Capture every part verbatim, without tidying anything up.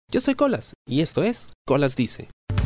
Yo soy Colas y esto es Colas Dice.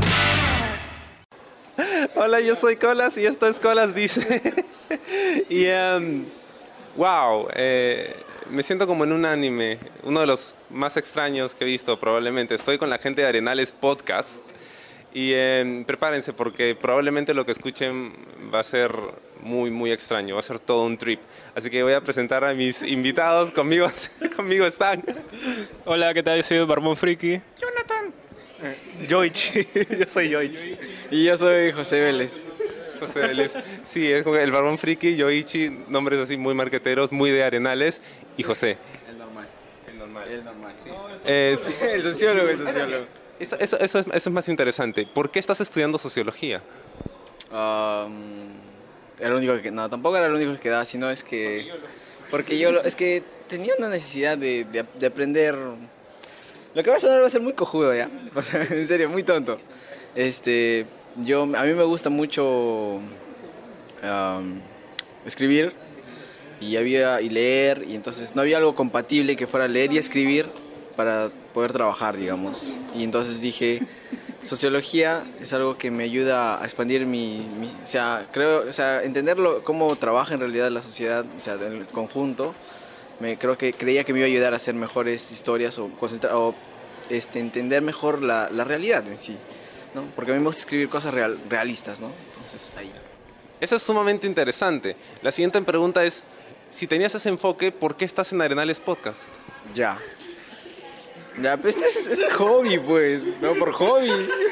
Hola, yo soy Colas y esto es Colas Dice. y um, wow, eh, me siento como en un anime, uno de los más extraños que he visto probablemente. Estoy con la gente de Arenales Podcast y eh, prepárense porque probablemente lo que escuchen va a ser muy, muy extraño, va a ser todo un trip. Así que voy a presentar a mis invitados, conmigo, conmigo están. Hola, ¿qué tal? Yo soy el Barbón Friki. Jonathan. Eh, Yoichi. Yo soy Yoichi. Y yo soy José Vélez. José Vélez. Sí, es como el Barbón Friki, Yoichi, nombres así muy marqueteros, muy de Arenales, y José. El normal. El normal. El normal, sí. Eh, El sociólogo, el sociólogo. eso, eso, eso, es, eso es más interesante. ¿Por qué estás estudiando sociología? Um, era lo único que... No, tampoco era lo único que quedaba, sino es que... Porque yo... Es que tenía una necesidad de, de, de aprender... Lo que va a sonar va a ser muy cojudo, ¿ya? O sea, en serio, muy tonto. Este... Yo... A mí me gusta mucho... Um, escribir y había y leer, y entonces no había algo compatible que fuera leer y escribir para poder trabajar, digamos. Y entonces dije, sociología es algo que me ayuda a expandir mi, mi o sea, creo, o sea, entenderlo cómo trabaja en realidad la sociedad, o sea, en el conjunto. Me creo que creía que me iba a ayudar a hacer mejores historias o concentrar o este entender mejor la, la realidad en sí, ¿no? Porque a mí me gusta escribir cosas real, realistas, ¿no? Entonces, ahí. Eso es sumamente interesante. La siguiente pregunta es, si tenías ese enfoque, ¿por qué estás en Arenales Podcast? Ya. Ya, pero esto es, esto es hobby, pues, no por hobby.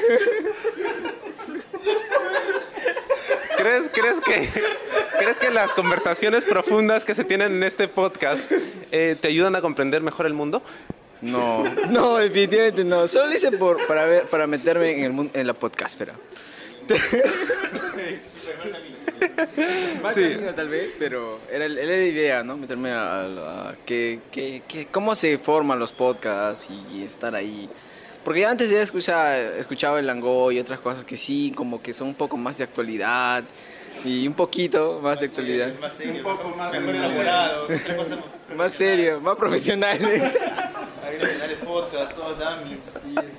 ¿Crees, crees, que, ¿Crees que las conversaciones profundas que se tienen en este podcast eh, te ayudan a comprender mejor el mundo? No, no, definitivamente no. Solo lo hice por, para, ver, para meterme en, el mundo, en la podcastfera. Más Sí. camino, tal vez, pero era, era la idea, ¿no? Meterme a, a, a que, que, que cómo se forman los podcasts y, y estar ahí. Porque ya antes ya escuchaba, escuchaba el Langoy y otras cosas que sí, como que son un poco más de actualidad y un poquito más de actualidad. Más serio, un poco más mejor elaborados, otra cosa Más serio, más profesionales. Hay originales podcasts, todos dummies.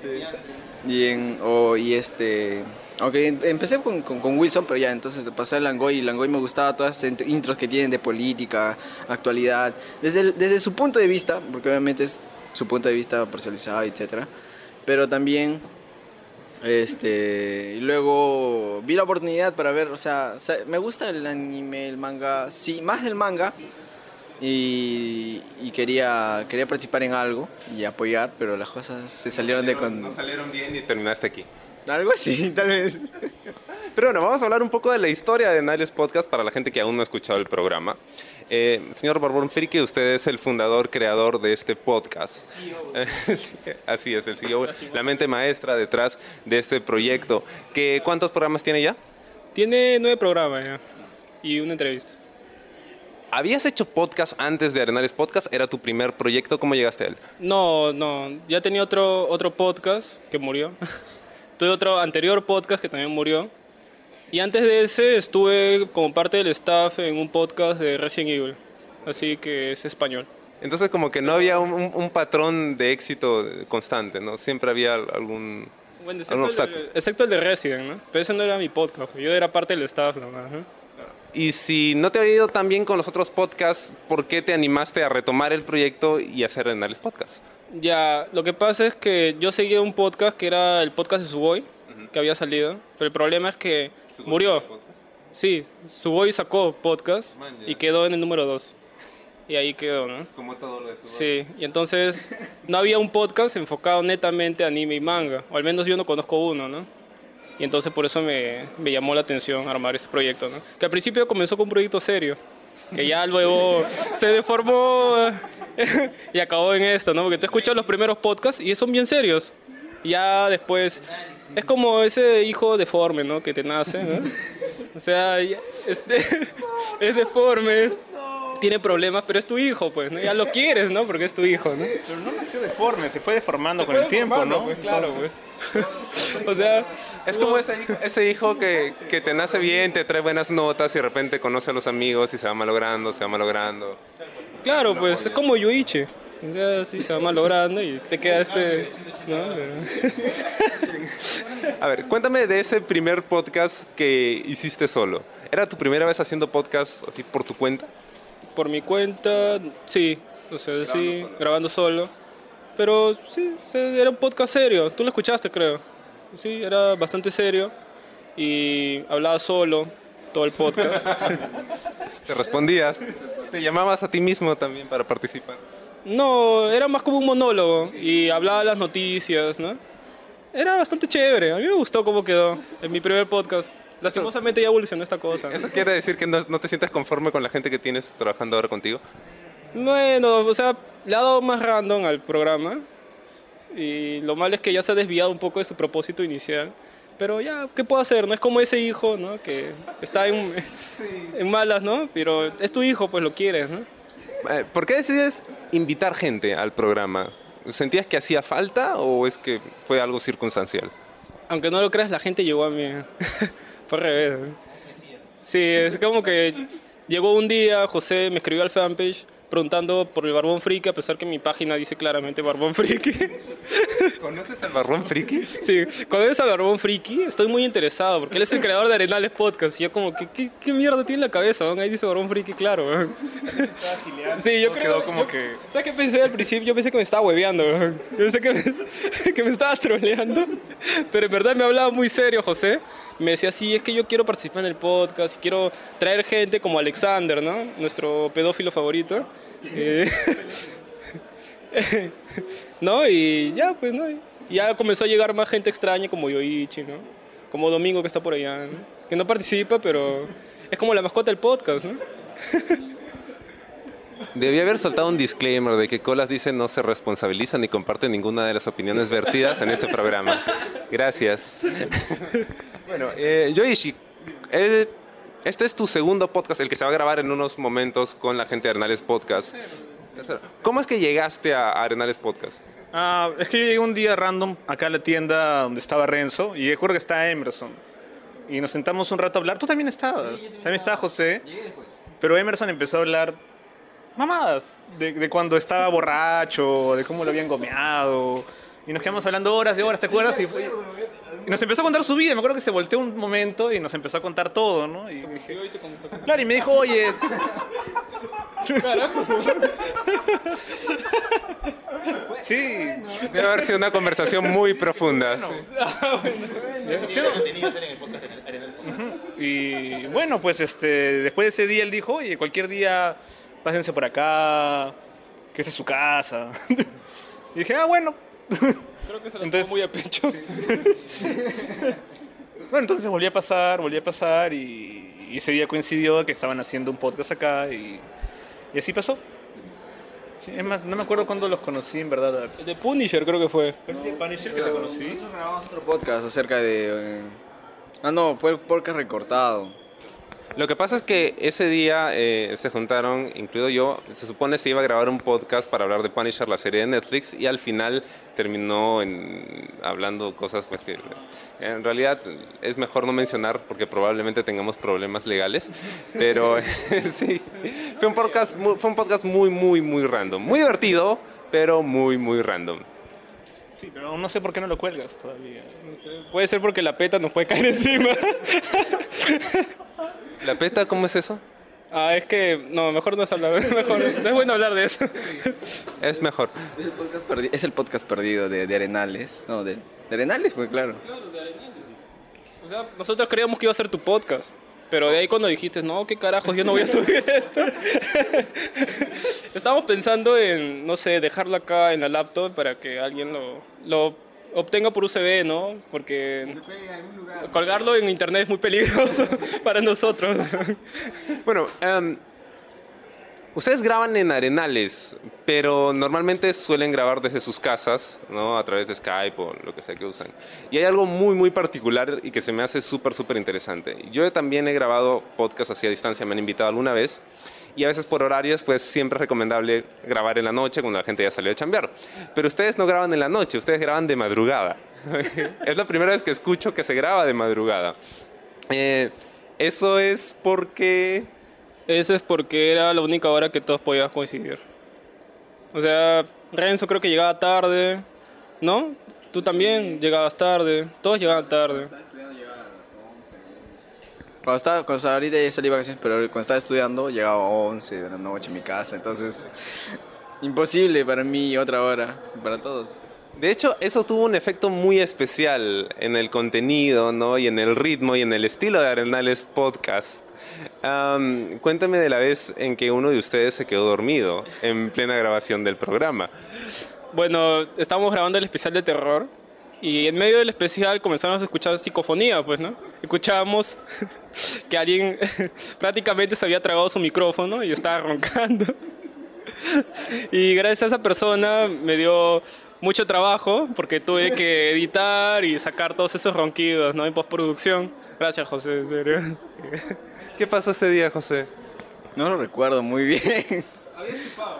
Y en, oh, y este... Ok, empecé con, con, con Wilson, pero ya, entonces pasé al Langoy, y Langoy me gustaba todas esas intros que tienen de política, actualidad, desde, el, desde su punto de vista, porque obviamente es su punto de vista parcializado, etcétera. Pero también, este, y luego vi la oportunidad para ver, o sea, o sea, me gusta el anime, el manga, sí, más el manga, y, y quería, quería participar en algo y apoyar, pero las cosas se salieron de con... No salieron bien y terminaste aquí. Algo así, tal vez. Pero bueno, vamos a hablar un poco de la historia de Arenales Podcast para la gente que aún no ha escuchado el programa. Eh, señor Barbón Friki, usted es el fundador, creador de este podcast. Así es, el C E O, la mente maestra detrás de este proyecto. ¿Qué, ¿Cuántos programas tiene ya? Tiene nueve programas ya. Y una entrevista. ¿Habías hecho podcast antes de Arenales Podcast? ¿Era tu primer proyecto? ¿Cómo llegaste a él? No, no. Ya tenía otro, otro podcast que murió. Tuve otro anterior podcast que también murió. Y antes de ese estuve como parte del staff en un podcast de Resident Evil. Así que es español. Entonces como que no había un, un, un patrón de éxito constante, ¿no? Siempre había algún, Bueno, algún excepto, obstáculo. el, excepto el de Resident, ¿no? Pero ese no era mi podcast. Yo era parte del staff nomás, ¿no? Y si no te había ido tan bien con los otros podcasts, ¿por qué te animaste a retomar el proyecto y hacer Arenales Podcast? Ya, lo que pasa es que yo seguía un podcast que era el podcast de Suboy, uh-huh. que había salido. Pero el problema es que murió. Sí, Suboy sacó podcast Man, y quedó en el número dos. Y ahí quedó, ¿no? Como todo lo de Suboy. Sí, y entonces no había un podcast enfocado netamente a anime y manga. O al menos yo no conozco uno, ¿no? Y entonces por eso me, me llamó la atención armar este proyecto, ¿no? Que al principio comenzó con un proyecto serio, que ya luego se deformó y acabó en esto, ¿no? Porque tú escuchas los primeros podcasts y son bien serios. Y ya después es como ese hijo deforme, ¿no? Que te nace, ¿no? O sea, este es deforme, tiene problemas, pero es tu hijo, pues, ¿no? Ya lo quieres, ¿no? Porque es tu hijo, ¿no? Pero no nació deforme, se fue deformando Se con fue el tiempo, deformando, ¿no? Pues claro, pues. O sea, es como ese hijo, ese hijo que, que te nace bien, te trae buenas notas y de repente conoce a los amigos y se va malogrando, se va malogrando. Claro, pues es como Yoichi. O sea, así se va malogrando y te queda este... ¿no? Pero- A ver, cuéntame de ese primer podcast que hiciste solo. ¿Era tu primera vez haciendo podcast así por tu cuenta? Por mi cuenta, sí. O sea, sí, grabando solo. Pero sí, se- era un podcast serio. Tú lo escuchaste, creo. Sí, era bastante serio. Y hablaba solo todo el podcast. ¿Te respondías? ¿Te llamabas a ti mismo también para participar? No, era más como un monólogo. Y hablaba de las noticias, ¿no? Era bastante chévere. A mí me gustó cómo quedó en mi primer podcast. Lastimosamente ya evolucionó esta cosa. ¿Eso quiere decir que no, no te sientes conforme con la gente que tienes trabajando ahora contigo? Bueno, o sea, le ha dado más random al programa. Y lo malo es que ya se ha desviado un poco de su propósito inicial. Pero ya, ¿qué puedo hacer? No es como ese hijo, ¿no? Que está en, en malas, ¿no? Pero es tu hijo, pues lo quieres, ¿no? Eh, ¿Por qué decides invitar gente al programa? ¿Sentías que hacía falta o es que fue algo circunstancial? Aunque no lo creas, la gente llegó a mí. Fue al revés. Sí, es como que llegó un día, José me escribió al fanpage preguntando por el Barbón Friki, a pesar que mi página dice claramente Barbón Friki. ¿Conoces al Barbón Friki? Sí, cuando ves al Barbón Friki, estoy muy interesado, porque él es el creador de Arenales Podcast. Y yo como, ¿qué, qué, qué mierda tiene en la cabeza? ¿no? Ahí dice Barbón Friki, claro. ¿no? Sí, yo creo... Quedó como yo- que... ¿Sabes qué pensé al principio? Yo pensé que me estaba hueveando. ¿no? Yo pensé que me, que me estaba troleando. Pero en verdad me hablaba muy serio, José. Me decía, sí, es que yo quiero participar en el podcast y quiero traer gente como Alexander, ¿no? Nuestro pedófilo favorito. Eh, ¿No? Y ya, pues, ¿no? Y ya comenzó a llegar más gente extraña como Yoichi, ¿no? Como Domingo que está por allá, ¿no? Que no participa, pero es como la mascota del podcast, ¿no? Debí haber soltado un disclaimer de que Colas dice no se responsabiliza ni comparte ninguna de las opiniones vertidas en este programa. Gracias. Bueno, eh, Yoichi, eh, este es tu segundo podcast, el que se va a grabar en unos momentos con la gente de Arenales Podcast. Tercero. ¿Cómo es que llegaste a Arenales Podcast? Ah, es que yo llegué un día random acá a la tienda donde estaba Renzo y recuerdo que estaba Emerson. Y nos sentamos un rato a hablar. Tú también estabas. También estaba José. Pero Emerson empezó a hablar mamadas. De, de cuando estaba borracho, de cómo lo habían gomeado. Y nos quedamos hablando horas y horas, ¿te acuerdas? Y, fue- y nos empezó a contar su vida. Me acuerdo que se volteó un momento y nos empezó a contar todo, ¿no? Y dije, claro, y me dijo, oye... Sí. Debe haber sido una conversación muy profunda. Y bueno, pues este, después de ese día él dijo, oye, cualquier día pásense por acá, que esta es su casa. Y dije, ah, bueno. Creo que se lo Entonces- tomó muy a pecho. Bueno, entonces volví a pasar, volví a pasar y, y ese día coincidió que estaban haciendo un podcast acá y, y así pasó. Sí, es más, no me acuerdo cuándo los conocí, en verdad. El de Punisher creo que fue. ¿Fue el de Punisher que te conocí? Nosotros grabamos otro podcast acerca de... eh, Ah, no, fue el podcast recortado. Lo que pasa es que ese día eh, se juntaron, incluido yo, se supone se iba a grabar un podcast para hablar de Punisher, la serie de Netflix, y al final terminó en, hablando cosas pues, que en realidad es mejor no mencionar porque probablemente tengamos problemas legales, pero sí, fue un, podcast, muy- fue un podcast muy, muy, muy random, muy divertido, pero muy, muy random. Sí, pero aún no sé por qué no lo cuelgas todavía. Puede ser porque la peta nos puede caer encima. ¿La peta cómo es eso? Ah, es que... No, mejor no es hablar. Mejor, no es bueno hablar de eso. Es mejor. Es el podcast, perdi- es el podcast perdido de, de Arenales. No, de, de Arenales, pues claro. O sea, nosotros creíamos que iba a ser tu podcast. Pero de ahí cuando dijiste, no, qué carajos, yo no voy a subir esto. Estábamos pensando en, no sé, dejarlo acá en la laptop para que alguien lo, lo obtenga por U S B, ¿no? Porque colgarlo en internet es muy peligroso para nosotros. Bueno, em, ustedes graban en Arenales, pero normalmente suelen grabar desde sus casas, ¿no? A través de Skype o lo que sea que usan. Y hay algo muy, muy particular y que se me hace súper, súper interesante. Yo también he grabado podcasts así a distancia, me han invitado alguna vez. Y a veces por horarios, pues siempre es recomendable grabar en la noche cuando la gente ya salió a chambear. Pero ustedes no graban en la noche, ustedes graban de madrugada. Es la primera vez que escucho que se graba de madrugada. Eh, eso es porque... Eso es porque era la única hora que todos podíamos coincidir. O sea, Renzo creo que llegaba tarde, ¿no? Tú también llegabas tarde, todos llegaban tarde. Cuando estaba, cuando estaba ahorita ya salí de vacaciones, pero cuando estaba estudiando llegaba a once de la noche a mi casa, entonces imposible para mí otra hora, para todos. De hecho, eso tuvo un efecto muy especial en el contenido, ¿no? Y en el ritmo y en el estilo de Arenales Podcast. Um, cuéntame de la vez en que uno de ustedes se quedó dormido en plena grabación del programa. Bueno, estábamos grabando el especial de terror y en medio del especial comenzamos a escuchar psicofonía, pues, ¿no? Escuchábamos que alguien prácticamente se había tragado su micrófono y yo estaba roncando. Y gracias a esa persona me dio mucho trabajo porque tuve que editar y sacar todos esos ronquidos, ¿no? En postproducción. Gracias, José, en serio. ¿Qué pasó ese día, José? No lo recuerdo muy bien. ¿Habías chupado?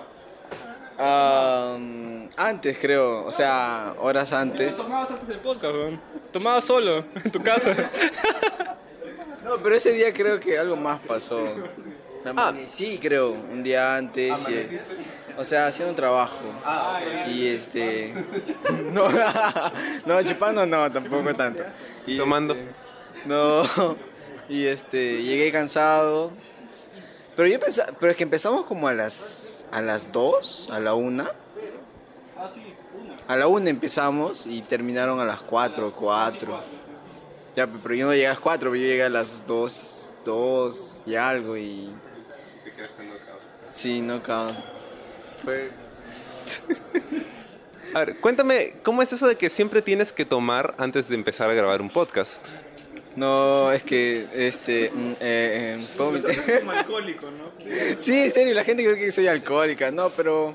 Um, antes creo, o sea, horas antes. Tomabas antes del podcast, weón. Tomabas solo, en tu casa. No, pero ese día creo que algo más pasó. Ah. Sí, creo, un día antes. Y, o sea, haciendo un trabajo. Y este. No, no, chupando no, tampoco tanto. Y, Tomando. este, no. Y este, llegué cansado. Pero yo pensaba, pero es que empezamos como a las a las dos, a la una. Ah, sí, una. A la una empezamos y terminaron a las cuatro, cuatro. Ya, pero yo no llegué a las cuatro, pero yo llegué a las dos, dos y algo y... Te quedaste knockout. Sí, no cabrón. Fue... A ver, cuéntame, ¿cómo es eso de que siempre tienes que tomar antes de empezar a grabar un podcast? No, es que, este... mm, eh, eh, ¿cómo me- Como alcohólico, ¿no? Sí, en serio, la gente cree que soy alcohólica, no, pero...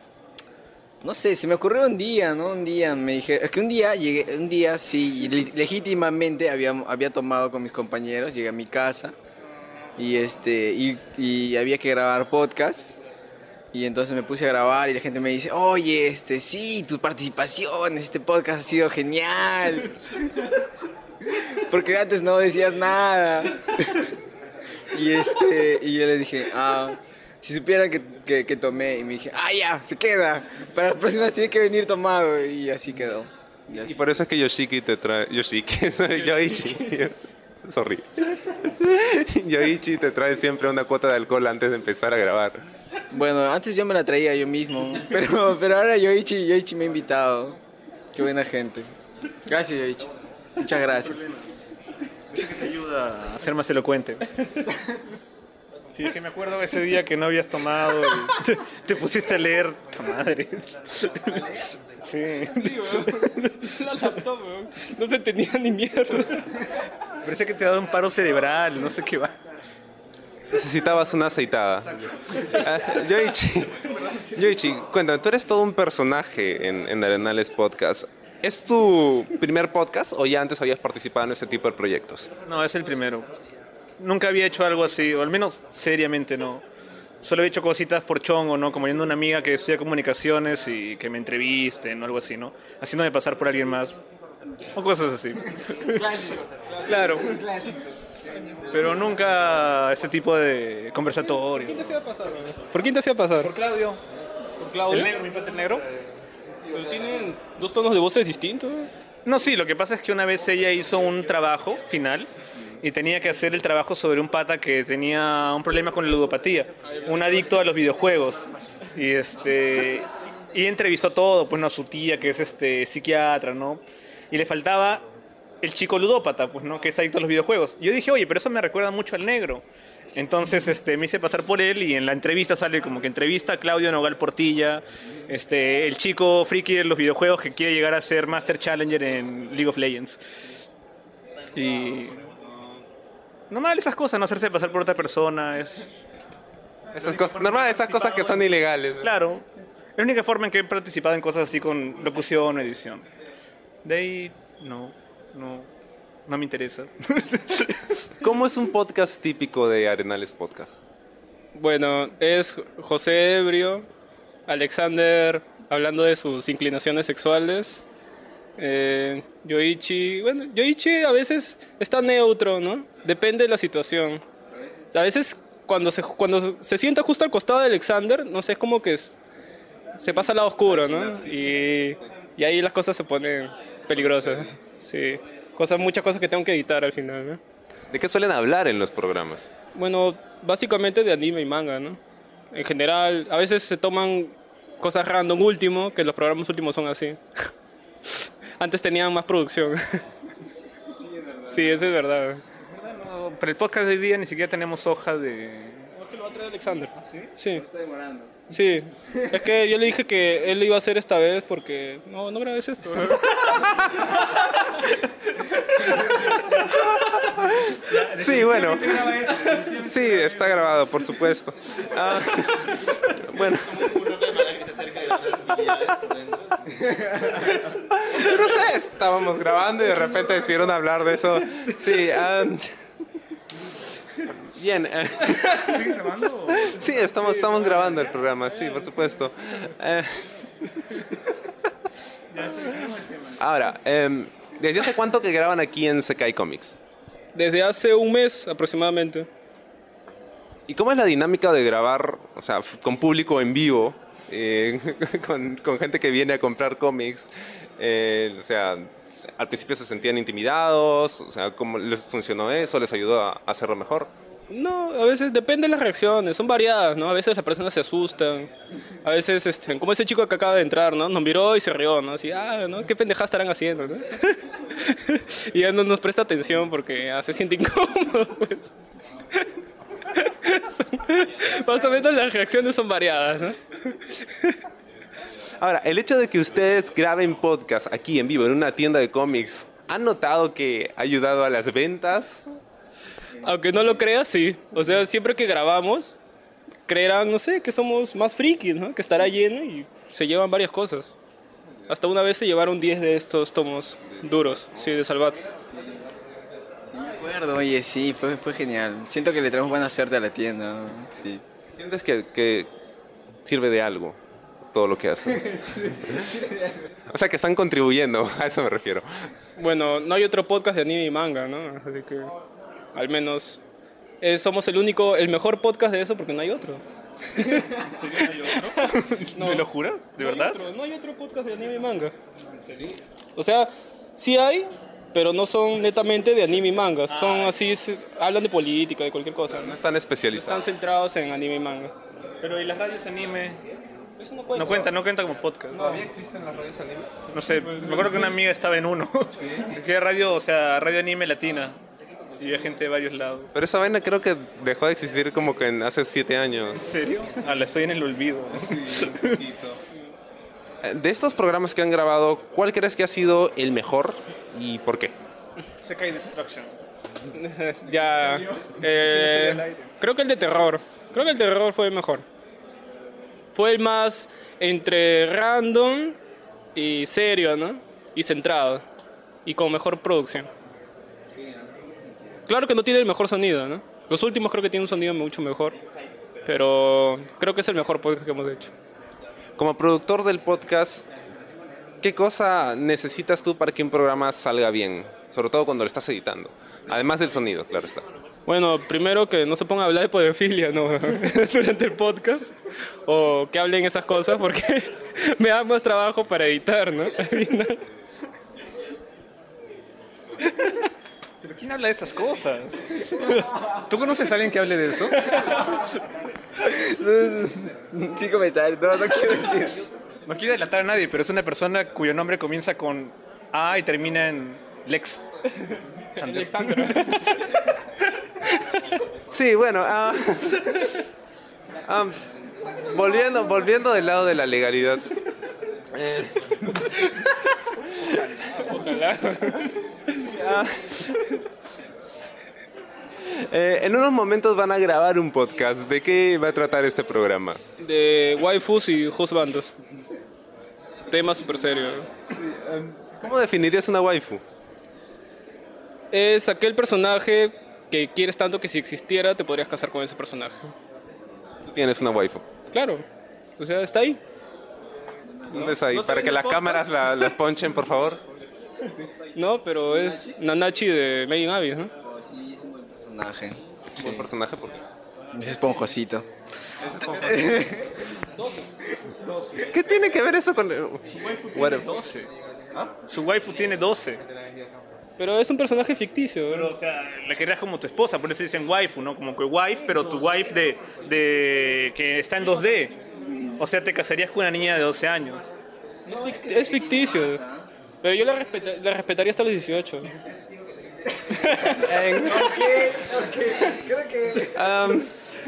No sé, se me ocurrió un día, ¿no? Un día me dije... Es que un día llegué, un día sí, le- legítimamente había, había tomado con mis compañeros, llegué a mi casa y este y, y había que grabar podcast y entonces me puse a grabar y la gente me dice, oye, este, sí, tus participaciones, este podcast ha sido genial. Porque antes no decías nada. Y este y yo les dije, ah... Si supieran que, que, que tomé y me dije, ah, ya, se queda. Para la próxima vez tiene que venir tomado. Y así quedó. Y así. Y por eso es que Yoshiki te trae... Yoshiki, Yoichi. Sorry. Yoichi te trae siempre una cuota de alcohol antes de empezar a grabar. Bueno, antes yo me la traía yo mismo. Pero, pero ahora Yoichi, Yoichi me ha invitado. Qué buena gente. Gracias, Yoichi. Muchas gracias. Dice que te ayuda a ser más elocuente. Sí, es que me acuerdo ese día que no habías tomado y te, te pusiste a leer. ¡Ta madre! Sí. Sí, weón. La laptop, weón. No se tenía ni mierda. Parece que te ha dado un paro cerebral, no sé qué va. Necesitabas una aceitada. Ah, Yoichi, Yoichi, cuéntame, tú eres todo un personaje en, en Arenales Podcast. ¿Es tu primer podcast o ya antes habías participado en este tipo de proyectos? No, es el primero. Nunca había hecho algo así, o al menos seriamente no. Solo he hecho cositas por chongo, ¿no? Como yendo a una amiga que estudia comunicaciones y que me entrevisten o algo así, ¿no? Haciéndome pasar por alguien más. O cosas así. Claro. Pero nunca ese tipo de conversatorio. ¿Quién te hacía pasar, weón? ¿Por quién te hacía pasar? Por Claudio. ¿Por ¿El Claudio? negro, mi pata el negro? Pero tienen dos tonos de voces distintos, weón. No, sí, lo que pasa es que una vez ella hizo un trabajo final y tenía que hacer el trabajo sobre un pata que tenía un problema con la ludopatía, un adicto a los videojuegos. Y este y entrevistó todo, pues no, a su tía que es este psiquiatra, ¿no? Y le faltaba el chico ludópata, pues no, que es adicto a los videojuegos. Y yo dije, "Oye, pero eso me recuerda mucho al negro." Entonces este, me hice pasar por él y en la entrevista sale como que entrevista a Claudio Nogal Portilla, este, el chico friki de los videojuegos que quiere llegar a ser Master Challenger en League of Legends. Y... normal esas cosas, no hacerse pasar por otra persona, es... Esas cosas, normal, esas cosas que son ilegales. Claro, es la única forma en que he participado en cosas así con locución o edición. De ahí, no, no, no me interesa. ¿Cómo es un podcast típico de Arenales Podcast? Bueno, es José ebrio, Alexander hablando de sus inclinaciones sexuales, eh, Yoichi, bueno, Yoichi a veces está neutro, ¿no? Depende de la situación. A veces cuando se, cuando se sienta justo al costado de Alexander, no sé, es como que es, se pasa al lado oscuro, ¿no? Y, y ahí las cosas se ponen peligrosas. Sí, cosas, muchas cosas que tengo que editar al final, ¿no? ¿De qué suelen hablar en los programas? Bueno, básicamente de anime y manga, ¿no? En general, a veces se toman cosas random último, que los programas últimos son así. Antes tenían más producción. Sí, eso es verdad. No, pero el podcast de hoy día ni siquiera tenemos hoja de... Es que lo va a traer Alexander. ¿Sí? Sí. Está demorando. Sí. Es que yo le dije que él lo iba a hacer esta vez porque... No, no grabes esto. Sí, bueno. Sí, está grabado, por supuesto. Ah, bueno. No sé, estábamos grabando y de repente decidieron hablar de eso. Sí. Um, bien. eh, ¿Sigues grabando? Sí, estamos, estamos grabando el programa, sí, por supuesto. Eh, ahora, em, ¿desde hace cuánto que graban aquí en Sekai Comics? Desde hace un mes aproximadamente. ¿Y cómo es la dinámica de grabar, o sea, f- con público en vivo, eh, con, con gente que viene a comprar cómics? Eh, o sea, al principio se sentían intimidados, o sea, ¿cómo les funcionó eso? ¿Les ayudó a a hacerlo mejor? No, a veces depende de las reacciones, son variadas, ¿no? A veces las personas se asustan, a veces, este, como ese chico que acaba de entrar, ¿no? Nos miró y se rió, ¿no? Así, ah, ¿no? ¿Qué pendejadas estarán haciendo, no? Y ya no nos presta atención porque ya se siente incómodo, pues. Son- más o menos las reacciones son variadas, ¿no? Ahora, el hecho de que ustedes graben podcast aquí en vivo en una tienda de cómics, ¿han notado que ha ayudado a las ventas? Aunque no lo creas, sí. O sea, siempre que grabamos, creerán, no sé, que somos más frikis, ¿no? Que estará lleno y se llevan varias cosas. Hasta una vez se llevaron diez de estos tomos duros, sí, de Salvat. Sí, me acuerdo, oye, sí, fue, fue genial. Siento que le traemos buena suerte a la tienda, ¿no? Sí. ¿Sientes que, que sirve de algo todo lo que hacen? O sea, que están contribuyendo, a eso me refiero. Bueno, no hay otro podcast de anime y manga, ¿no? Así que, al menos, eh, somos el único, el mejor podcast de eso porque no hay otro. No. ¿Me lo juras? ¿De No hay verdad? otro, no hay otro podcast de anime y manga. O sea, sí hay, pero no son netamente de anime y manga. Son así, se- hablan de política, de cualquier cosa, No ¿no? están especializados. Están centrados en anime y manga. Pero ¿y las radios anime? Eso no No cuenta, no cuenta como podcast. ¿Todavía existen las radios anime? No sé, me acuerdo que una amiga estaba en uno. Que era radio, o sea, radio anime latina. Y había gente de varios lados. Pero esa vaina creo que dejó de existir como que en hace siete años. ¿En serio? Ah, la estoy en el olvido. Eh, De estos programas que han grabado, ¿cuál crees que ha sido el mejor y por qué? Sekai Destruction. Ya. eh, creo que el de terror. Creo que el de terror fue el mejor. Fue el más entre random y serio, ¿no? Y centrado. Y con mejor producción. Claro que no tiene el mejor sonido, ¿no? Los últimos creo que tienen un sonido mucho mejor. Pero creo que es el mejor podcast que hemos hecho. Como productor del podcast, ¿qué cosa necesitas tú para que un programa salga bien? Sobre todo cuando lo estás editando. Además del sonido, claro está. Bueno, primero que no se ponga a hablar de pedofilia, ¿no? Durante el podcast. O que hablen esas cosas porque me da más trabajo para editar, ¿no? Al final. ¿Pero quién habla de estas cosas? ¿Tú conoces a alguien que hable de eso? Sin comentarios, no, no quiero decir. No quiero delatar a nadie, pero es una persona cuyo nombre comienza con A y termina en Lex. Alexandra. Sí, bueno, ah, ah, volviendo, volviendo del lado de la legalidad. Eh, Ojalá. ah, eh, en unos momentos van a grabar un podcast. ¿De qué va a tratar este programa? De waifus y husbandos. Tema súper serio. ¿Cómo definirías una waifu? Es aquel personaje que quieres tanto que si existiera te podrías casar con ese personaje. Tú tienes una waifu. Claro. O sea, está ahí. ¿Dónde es ahí? no se Para ven que los las podcasts. cámaras la- las ponchen, por favor. No, pero es Nanachi de Made in Abyss, ¿no? Oh, sí, es un buen personaje. Es un buen personaje porque... Es esponjosito. ¿Qué tiene que ver eso con...? Bueno, doce. Su waifu tiene doce. Pero es un personaje ficticio. Pero, o sea, la querías como tu esposa, por eso dicen waifu, ¿no? Como que wife, pero tu wife de, de que está en dos D. O sea, te casarías con una niña de doce años. No, es ficticio. Pero yo la, respeta, la respetaría hasta los dieciocho. um,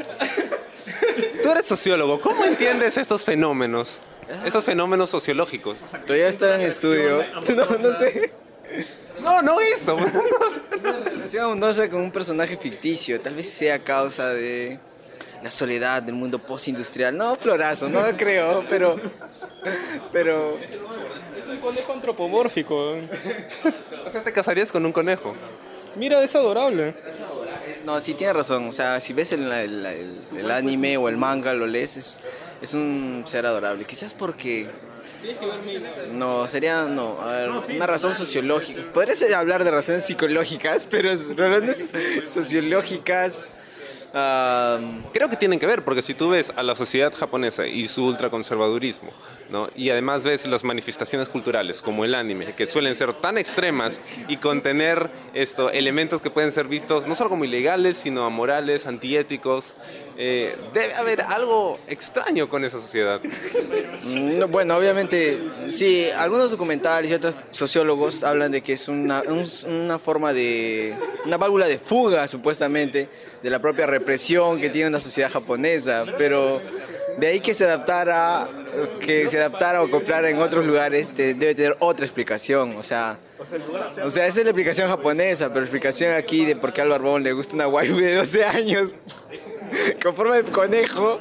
tú eres sociólogo. ¿Cómo entiendes estos fenómenos? Estos fenómenos sociológicos. Todavía estaba en estudio. No, no sé. No, no eso. Relación amorosa con un personaje ficticio. Tal vez sea causa de la soledad del mundo postindustrial. No, florazo, no lo creo, pero... Pero... Es un conejo antropomórfico. O sea, te casarías con un conejo. Mira, es adorable. No, sí tienes razón. O sea, si ves el, el, el, el anime o el manga, lo lees, es, es un ser adorable. Quizás porque... No, sería, no, a ver, una razón sociológica. Podría ser hablar de razones psicológicas, pero razones sociológicas... Um, creo que tienen que ver, porque si tú ves a la sociedad japonesa y su ultraconservadurismo, ¿no? Y además ves las manifestaciones culturales como el anime, que suelen ser tan extremas y contener esto, elementos que pueden ser vistos no solo como ilegales, sino amorales, antiéticos, eh, debe haber algo extraño con esa sociedad. No, bueno, obviamente, sí, algunos documentales y otros sociólogos hablan de que es una, un, una forma de, una válvula de fuga, supuestamente, de la propia represión que tiene una sociedad japonesa, pero de ahí que se adaptara, que se adaptara o acoplara en otros lugares, te, debe tener otra explicación, o sea, o sea, esa es la explicación japonesa, pero la explicación aquí de por qué al Barbón le gusta una waifu de doce años, con forma de conejo,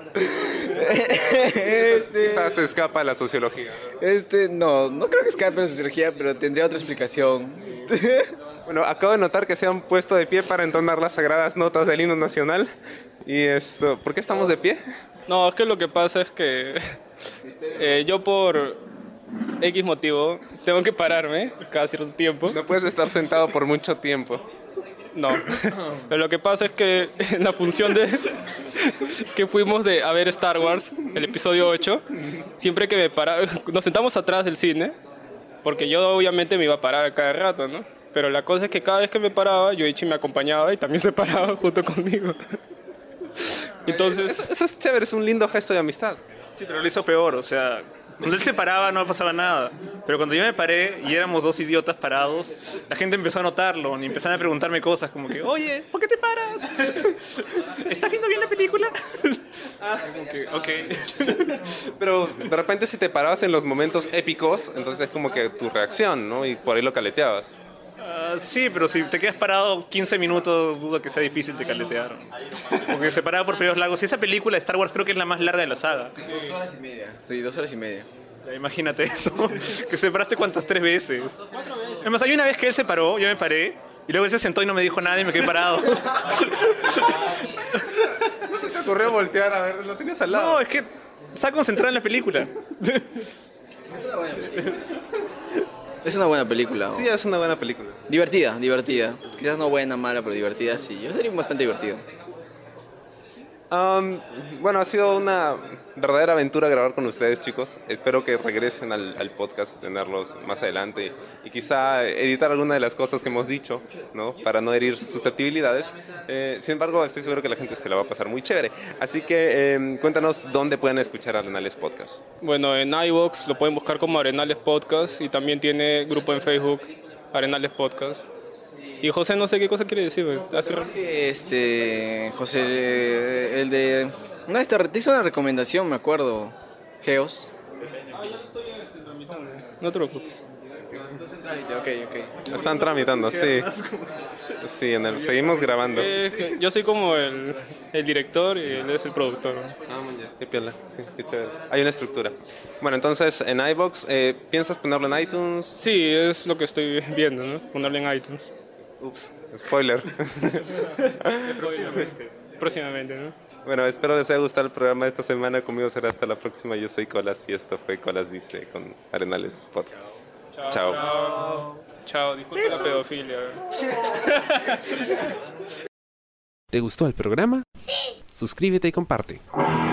este, quizás se escapa a la sociología. Este, no, no creo que escape a la sociología, pero tendría otra explicación. Bueno, acabo de notar que se han puesto de pie para entonar las sagradas notas del himno nacional. Y esto, ¿por qué estamos de pie? No, es que lo que pasa es que eh, yo por X motivo tengo que pararme cada cierto tiempo. No puedes estar sentado por mucho tiempo. No, pero lo que pasa es que en la función de que fuimos de a ver Star Wars, el episodio ocho, siempre que me paraba, nos sentamos atrás del cine, porque yo obviamente me iba a parar a cada rato, ¿no? Pero la cosa es que cada vez que me paraba, Yoichi me acompañaba y también se paraba junto conmigo. Entonces... Eso, eso es chévere, es un lindo gesto de amistad. Sí, pero lo hizo peor, o sea, cuando él se paraba no pasaba nada. Pero cuando yo me paré y éramos dos idiotas parados, la gente empezó a notarlo y empezaron a preguntarme cosas como que, oye, ¿por qué te paras? ¿Estás viendo bien la película? Ah, okay, ok. Pero de repente si te parabas en los momentos épicos, entonces es como que tu reacción, ¿no? Y por ahí lo caleteabas. Uh, sí, pero si te quedas parado quince minutos, dudo que sea difícil de caletear. Porque se paraba por periodos largos. Y esa película de Star Wars creo que es la más larga de la saga. Sí, dos horas y media. Sí, dos horas y media. Ya, imagínate eso. Que se paraste cuántas, tres veces. Además, hay una vez que él se paró, yo me paré, y luego él se sentó y no me dijo nada y me quedé parado. ¿No se te ocurrió voltear a ver? Lo tenías al lado. No, es que está concentrado en la película. Es una buena película. Sí, es una buena película. Divertida, divertida. Quizás no buena, mala, pero divertida, sí. Yo sería bastante divertido. Um, bueno, ha sido una verdadera aventura grabar con ustedes, chicos. Espero que regresen al, al podcast, tenerlos más adelante y quizá editar alguna de las cosas que hemos dicho, ¿no? Para no herir susceptibilidades. Eh, sin embargo, estoy seguro que la gente se la va a pasar muy chévere. Así que eh, cuéntanos dónde pueden escuchar Arenales Podcast. Bueno, en iVoox lo pueden buscar como Arenales Podcast y también tiene grupo en Facebook, Arenales Podcast. Y José, no sé qué cosa quiere decir. Hace... Creo que este, José, el de... Una vez te hizo una recomendación, me acuerdo. Geos. Ah, ya lo estoy este, tramitando. No te preocupes. Entonces trámite, ok, ok. Están tramitando, sí. Sí, en el, seguimos grabando. Eh, yo soy como el, el director y él es el productor. Ah, ya, qué piola, sí, qué chévere. Hay una estructura. Bueno, entonces en iVoox, eh, ¿piensas ponerlo en iTunes? Sí, es lo que estoy viendo, ¿no? Ponerlo en iTunes. Ups, spoiler. Próximamente. Próximamente, ¿no? Bueno, espero les haya gustado el programa de esta semana. Conmigo será hasta la próxima. Yo soy Colas y esto fue Colas Dice con Arenales Podcast. Chao. Chao. Chao, Chao. Disculpe la pedofilia. ¿Te gustó el programa? Sí. Suscríbete y comparte.